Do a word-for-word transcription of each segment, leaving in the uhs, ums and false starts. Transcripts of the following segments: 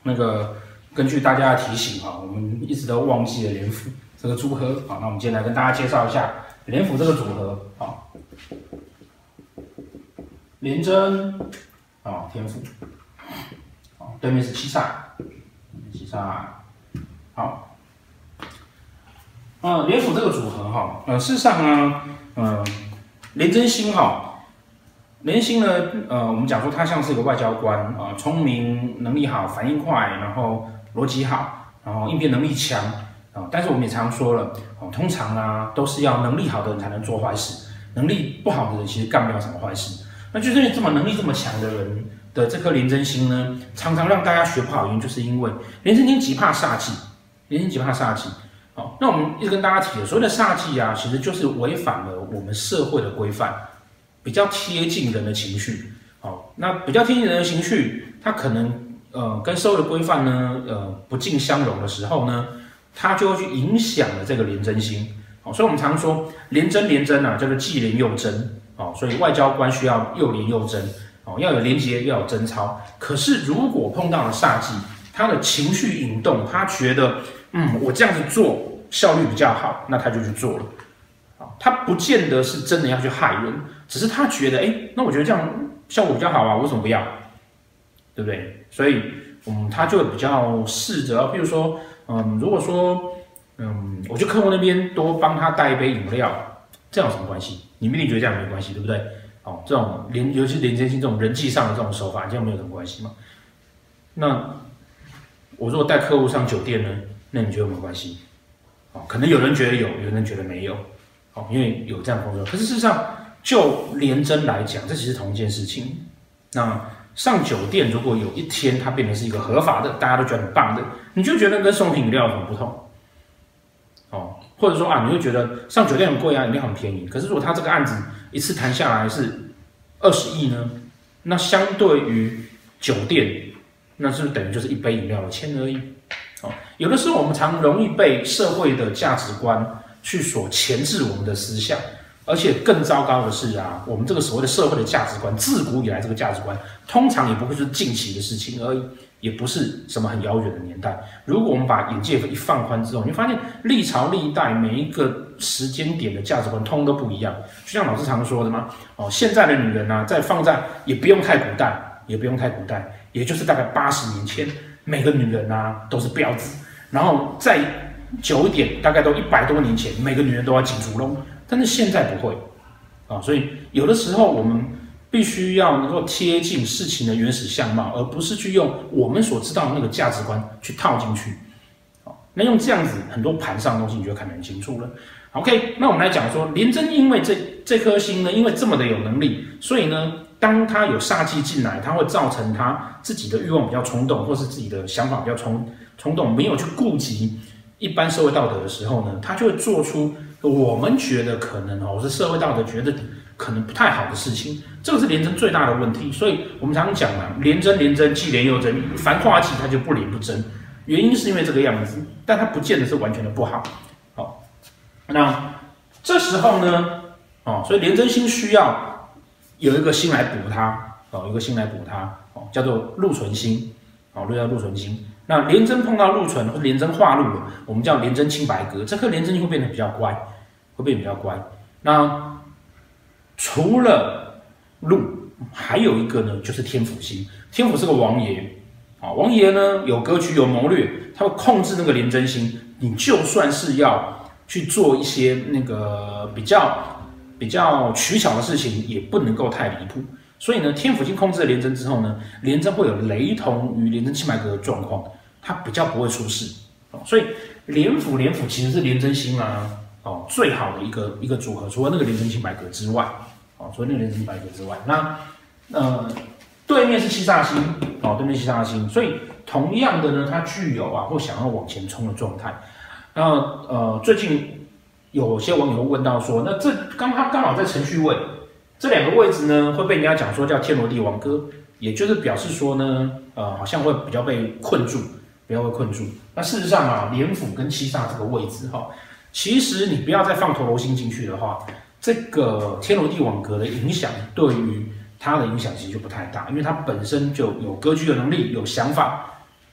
那个根据大家的提醒哈，我们一直都忘记了连府这个组合。好，那我们今天来跟大家介绍一下连府这个组合。好，廉贞，啊，天府，好，对面是七煞，七煞，好。呃，连府这个组合哈，呃，事实上呢，呃，廉贞星哈。廉星呢，呃，我们讲说他像是一个外交官啊、呃，聪明、能力好、反应快，然后逻辑好，然后应变能力强啊、呃。但是我们也常说了，哦，通常啊都是要能力好的人才能做坏事，能力不好的人其实干不了什么坏事。那就是这么能力这么强的人的这颗廉贞星呢，常常让大家学不好，原因就是因为廉贞星极怕煞气，廉贞极怕煞气。好，那我们一直跟大家提的所谓的煞气啊，其实就是违反了我们社会的规范。比较贴近人的情绪，好，那比较贴近人的情绪，它可能呃跟社会的规范呢呃不尽相容的时候呢，它就会去影响了这个廉贞星，好，所以我们常说廉贞廉贞啊，叫做既廉又贞，好，所以外交官需要又廉又贞，哦，要有廉洁，要有贞操。可是如果碰到了煞气，他的情绪引动，他觉得嗯我这样子做效率比较好，那他就去做了。他不见得是真的要去害人，只是他觉得，哎，那我觉得这样效果比较好啊，为什么不要？对不对？所以，嗯，他就比较试着，譬如说，嗯，如果说，嗯，我去客户那边多帮他带一杯饮料，这样有什么关系？你们一定觉得这样没关系，对不对？哦，这种连，尤其是连贞星这种人际上的这种手法，这样没有什么关系嘛？那我如果带客户上酒店呢，那你觉得有没有关系？哦，可能有人觉得有，有人觉得没有。哦，因为有这样的工作，可是事实上，就廉贞来讲，这其实同一件事情。那上酒店，如果有一天它变成是一个合法的，大家都觉得很棒的，你就觉得跟送瓶饮料有什么不同？哦，或者说啊，你会觉得上酒店很贵啊，饮料很便宜。可是如果他这个案子一次谈下来是二十亿呢，那相对于酒店，那是不是等于就是一杯饮料的钱而已？哦，有的时候我们常容易被社会的价值观去所钳制我们的思想，而且更糟糕的是啊，我们这个所谓的社会的价值观，自古以来这个价值观，通常也不会是近期的事情而已，也不是什么很遥远的年代。如果我们把眼界一放宽之后，你会发现历朝历代每一个时间点的价值观，通都不一样。就像老师常说的嘛，哦，现在的女人啊，再放在也不用太古代，也不用太古代，也就是大概八十年前，每个女人啊都是婊子，然后再久一点，大概都一百多年前，每个女人都要紧猪笼，但是现在不会啊，所以有的时候我们必须要能够贴近事情的原始相貌，而不是去用我们所知道的那个价值观去套进去。那用这样子，很多盘上的东西你就看得很清楚了。OK， 那我们来讲说，廉贞因为这这颗星呢，因为这么的有能力，所以呢，当他有煞气进来，它会造成他自己的欲望比较冲动，或是自己的想法比较冲冲动，没有去顾及一般社会道德的时候呢，他就会做出我们觉得可能哦，是社会道德觉得可能不太好的事情。这个是廉贞最大的问题。所以我们常常讲嘛，廉贞廉贞，既廉又贞，凡化忌它就不廉不贞。原因是因为这个样子，但它不见得是完全的不好。好，那这时候呢，哦，所以廉贞星需要有一个星来补它，哦，有一个星来补它，哦，叫做禄存星，哦，叫禄存星。那廉贞碰到禄存或者廉贞化禄了，我们叫廉贞清白格，这颗廉贞星会变得比较乖，会变得比较乖。那除了禄，还有一个呢，就是天府星。天府是个王爷，啊，王爷呢有格局有谋略，他会控制那个廉贞星。你就算是要去做一些那个比较比较取巧的事情，也不能够太离谱。所以呢，天府星控制了廉贞之后呢，廉贞会有雷同于廉贞清白格的状况，它比较不会出事。哦，所以廉府廉府其实是廉贞星啊，哦，最好的一个一个组合，除了那个廉贞清白格之外，哦，除了那个廉贞清白格之外，那呃对面是七煞星，哦，对面七煞星，所以同样的呢，它具有啊或想要往前冲的状态。那呃最近有些网友会问到说，那这刚他刚好在程序位。这两个位置呢，会被人家讲说叫天罗地网格，也就是表示说呢，呃，好像会比较被困住，比较被困住。那事实上啊，廉府跟七煞这个位置哈、哦，其实你不要再放陀罗星进去的话，这个天罗地网格的影响对于它的影响其实就不太大，因为它本身就有格局的能力，有想法，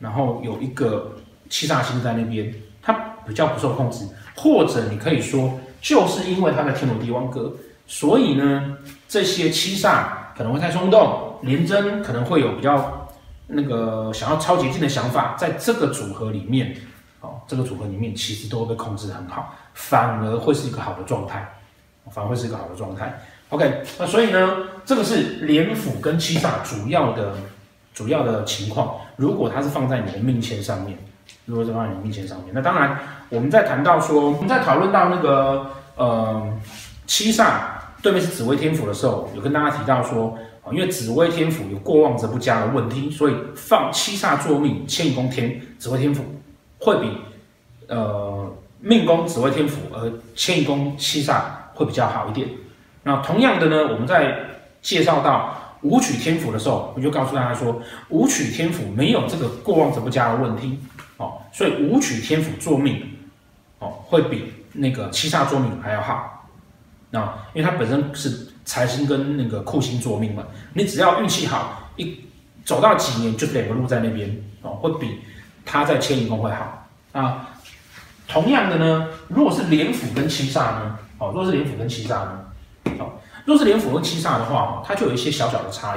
然后有一个七煞星在那边，它比较不受控制，或者你可以说，就是因为它在天罗地网格，所以呢，这些七煞可能会太冲动，廉贞可能会有比较那个想要超捷径的想法，在这个组合里面，哦，这个组合里面其实都会被控制得很好，反而会是一个好的状态，反而会是一个好的状态。OK， 那所以呢，这个是廉府跟七煞主要的主要的情况。如果它是放在你的命签上面，如果是放在你的命签上面，那当然我们在谈到说，我们在讨论到那个呃七煞对面是紫微天府的时候，有跟大家提到说，因为紫微天府有过旺则不佳的问题，所以放七煞坐命迁移宫天紫微天府会比呃命宫紫微天府而迁移宫七煞会比较好一点。那同样的呢，我们在介绍到武曲天府的时候，我就告诉大家说，武曲天府没有这个过旺则不佳的问题，哦，所以武曲天府坐命，哦，会比那个七煞坐命还要好。那因为它本身是财星跟那个库星坐命嘛，你只要运气好，一走到几年就两个路在那边，哦，会比它在迁移宫会好啊。同样的呢，如果是廉府跟七煞呢，哦，如果是廉府跟七煞呢？哦，若是廉府跟七煞的话，它就有一些小小的差异。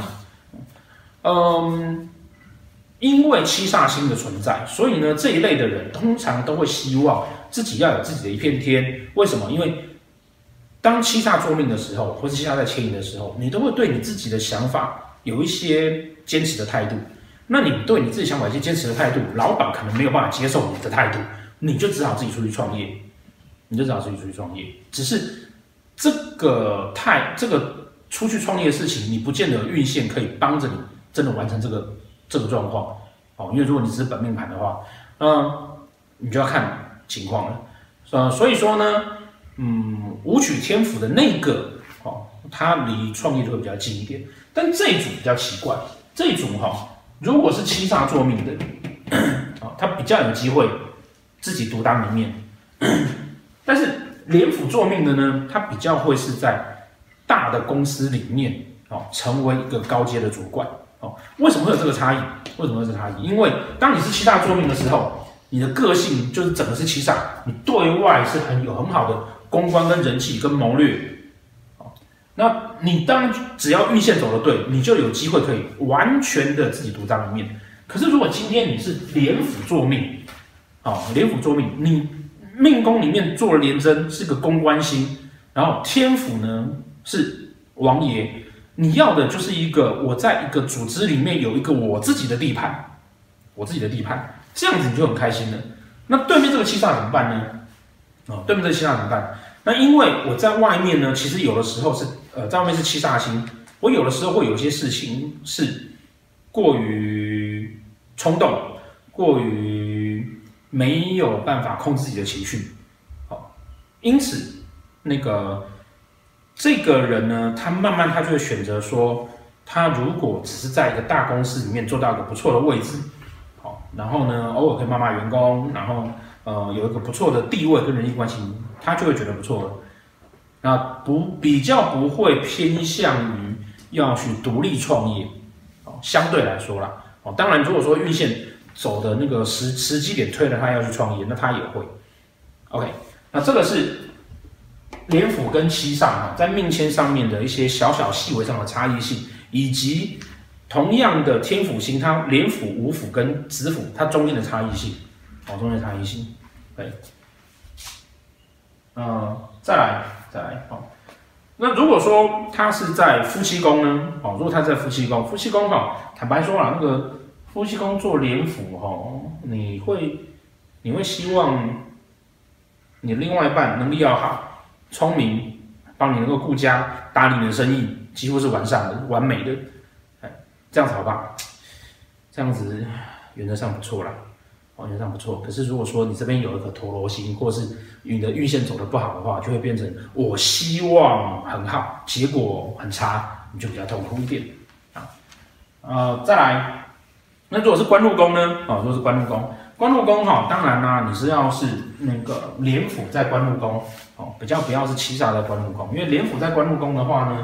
嗯，因为七煞星的存在，所以呢，这一类的人通常都会希望自己要有自己的一片天。为什么？因为当七煞坐命的时候，或是七煞在迁移的时候，你都会对你自己的想法有一些坚持的态度。那你对你自己想法有一些坚持的态度，老板可能没有办法接受你的态度，你就只好自己出去创业，你就只好自己出去创业。只是这个态，这个出去创业的事情，你不见得有运线可以帮着你真的完成这个这个状况，哦，因为如果你只是本命盘的话，嗯，你就要看情况了，呃，所以说呢，嗯，武曲天府的那个，哦，它离创业就会比较近一点，但这一组比较奇怪，这一组哈、哦，如果是七煞坐命的，哦，他比较有机会自己独当一面，但是廉府坐命的呢，他比较会是在大的公司里面哦，成为一个高阶的主管哦。为什么会有这个差异？为什么会有这个差异？因为当你是七煞坐命的时候，你的个性就是整个是七煞，你对外是很有很好的公关跟人气跟谋略哦。那你当只要运线走得对，你就有机会可以完全的自己独当一面。可是如果今天你是廉府坐命哦，廉府坐命，你命宫里面做了廉贞，是个公关星，然后天府呢是王爷，你要的就是一个我在一个组织里面有一个我自己的地盘，我自己的地盘，这样子你就很开心了。那对面这个七煞怎么办呢？哦，对面这个七煞怎么办？那因为我在外面呢，其实有的时候是呃，在外面是七煞星，我有的时候会有一些事情是过于冲动，过于没有办法控制自己的情绪，好，因此那个这个人呢，他慢慢他就会选择说，他如果只是在一个大公司里面做到一个不错的位置，好，然后呢，偶尔可以骂骂员工，然后呃有一个不错的地位跟人际关系，他就会觉得不错了。那不比较不会偏向于要去独立创业，哦，相对来说啦，哦，当然如果说运线走的那个时时机点推了他要去创业，那他也会。OK， 那这个是廉府跟七煞哈，在命签上面的一些小小细微上的差异性，以及同样的天府星，它廉府、武府跟子府它中间的差异性，哦，中间的差异性。对，嗯、呃，再来，再来，好、哦。那如果说他是在夫妻宫呢？哦，如果他在夫妻宫，夫妻宫哈、哦，坦白说啦，那个夫妻宫做廉府哈、哦，你会你会希望你另外一半能力要好，聪明，帮你能够顾家，打理你的生意，几乎是完善的、完美的，哎，这样子好不好？这样子原则上不错啦。完全上不错，可是如果说你这边有一颗陀螺星，或是你的运线走得不好的话，就会变成我希望很好，结果很差，你就比较痛苦一点啊。呃，再来，那如果是官禄宫呢？哦，如果是官禄宫，官禄宫哈，当然啦、啊，你是要是那个廉府在官禄宫，哦，比较不要是七煞在官禄宫，因为廉府在官禄宫的话呢，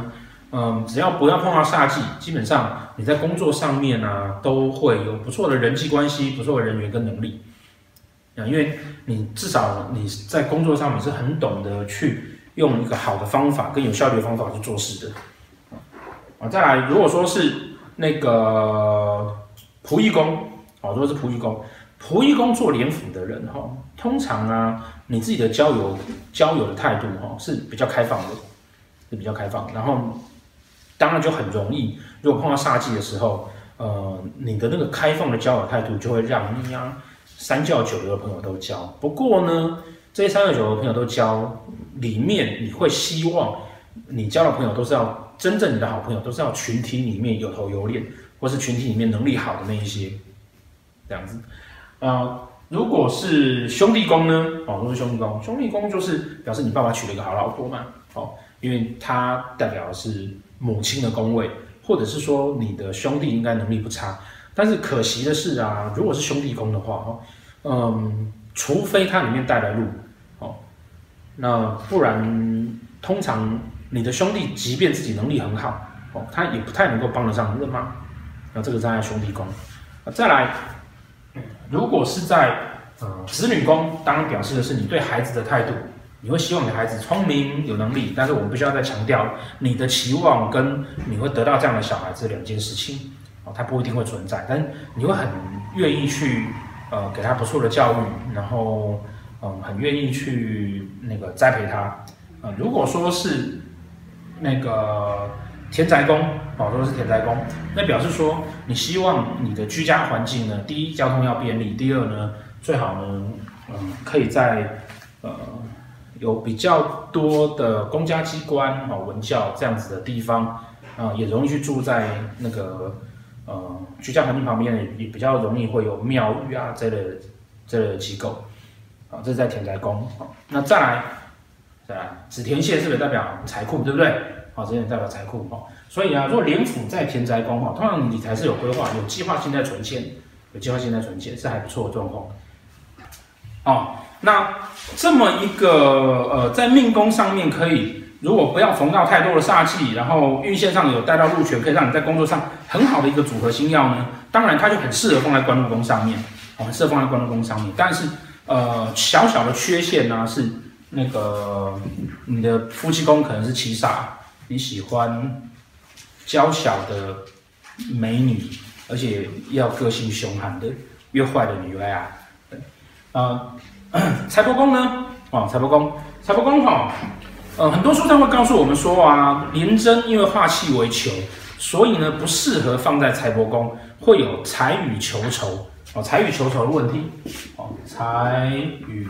嗯，只要不要碰到煞忌，基本上你在工作上面啊，都会有不错的人际关系、不错的人缘跟能力。啊，因为你至少你在工作上面是很懂得去用一个好的方法跟有效率的方法去做事的。啊，再来，如果说是那个仆役宫，哦，如果是仆役宫，仆役宫做廉府的人哈，通常啊，你自己的交友交友的态度哈是比较开放的，是比较开放，然后当然就很容易，如果碰到煞忌的时候，呃，你的那个开放的交友态度就会让你啊三教九流的朋友都交。不过呢，这些三教九流的朋友都交，里面你会希望你交的朋友都是要真正你的好朋友，都是要群体里面有头有脸，或是群体里面能力好的那一些，这样子。呃，如果是兄弟宫呢？哦，如果是兄弟宫，兄弟宫就是表示你爸爸娶了一个好老婆嘛，哦，因为它代表的是母亲的宫位，或者是说你的兄弟应该能力不差。但是可惜的是啊，如果是兄弟宫的话，哦，嗯，除非它里面带了禄，哦，那不然通常你的兄弟即便自己能力很好，哦，他也不太能够帮得上人嘛。那这个在兄弟宫，再来。如果是在呃子女宫，当然表示的是你对孩子的态度，你会希望你的孩子聪明有能力，但是我们必须要再强调，你的期望跟你会得到这样的小孩子两件事情，哦，它不一定会存在，但是你会很愿意去呃给他不错的教育，然后嗯很愿意去那个栽培他，呃如果说是那个田宅宫，哦，如果是田宅宫，那表示说你希望你的居家环境呢，第一交通要便利，第二呢，最好呢，嗯，可以在呃有比较多的公家机关、哦文教这样子的地方，啊、呃，也容易去住在那个呃居家环境旁边，也比较容易会有庙宇啊这类的这类的机构，啊、哦，这是在田宅宫，哦，那再来，再来紫田线是不是代表财库，对不对？好，这也代表财库哈，所以啊，如果廉府在田宅宫哈，通常理财是有规划、有计划性在存钱，有计划性在存钱是还不错的状况。哦，那这么一个呃，在命宫上面可以，如果不要逢到太多的煞气，然后运线上有带到禄权，可以让你在工作上很好的一个组合星曜呢，当然它就很适合放在官禄宫上面，哦，很适合放在官禄宫上面。但是呃，小小的缺陷呢、啊、是那个你的夫妻宫可能是七煞。你喜欢娇小的美女，而且要个性凶悍的、越坏的女儿啊。呃，财帛宫呢？哦，财帛宫，财帛宫哈，呃，很多书上会告诉我们说啊，廉贞因为化气为囚，所以呢不适合放在财帛宫，会有财与求仇哦，财与求仇的问题哦，财与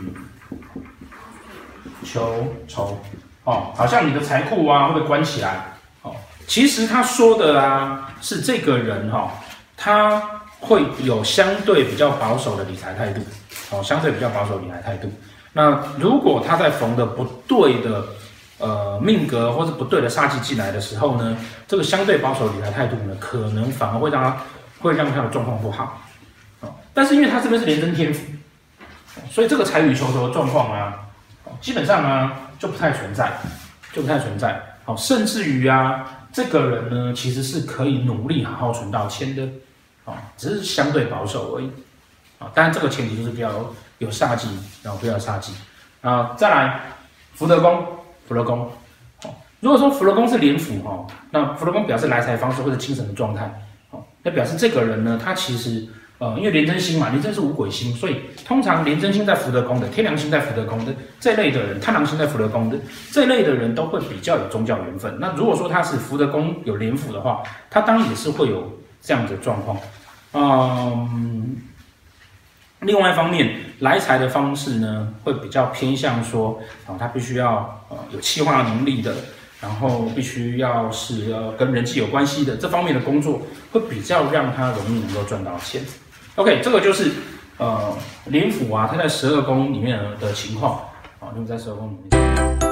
求仇。哦，好像你的财库啊会被关起来。哦，其实他说的啊是这个人哈、哦，他会有相对比较保守的理财态度。哦，相对比较保守的理财态度。那如果他在逢的不对的呃命格或是不对的煞气进来的时候呢，这个相对保守的理财态度呢，可能反而会让他会让他的状况不好。哦，但是因为他这边是廉贞天府，所以这个财与求仇的状况啊，基本上啊。就不太存在，就不太存在。好，甚至于啊，这个人呢，其实是可以努力好好存到钱的，啊，只是相对保守而已。啊，当然这个前提就是不要有煞忌，然后不要有煞忌。啊，再来福德宫，福德宫。好，如果说福德宫是廉府哈，那福德宫表示来财方式或者精神的状态，好，那表示这个人呢，他其实。呃，因为廉贞星嘛，廉贞是五鬼星，所以通常廉贞星在福德宫的、天梁星在福德宫的这类的人，贪狼星在福德宫的这类的人都会比较有宗教缘分。那如果说他是福德宫有廉府的话，他当然也是会有这样的状况。嗯，另外一方面，来财的方式呢，会比较偏向说，啊、哦，他必须要呃有企划能力的。然后必须要是呃跟人际有关系的这方面的工作，会比较让他容易能够赚到钱。OK， 这个就是呃廉府啊，它在十二宫里面的情况啊，就是在十二宫里面。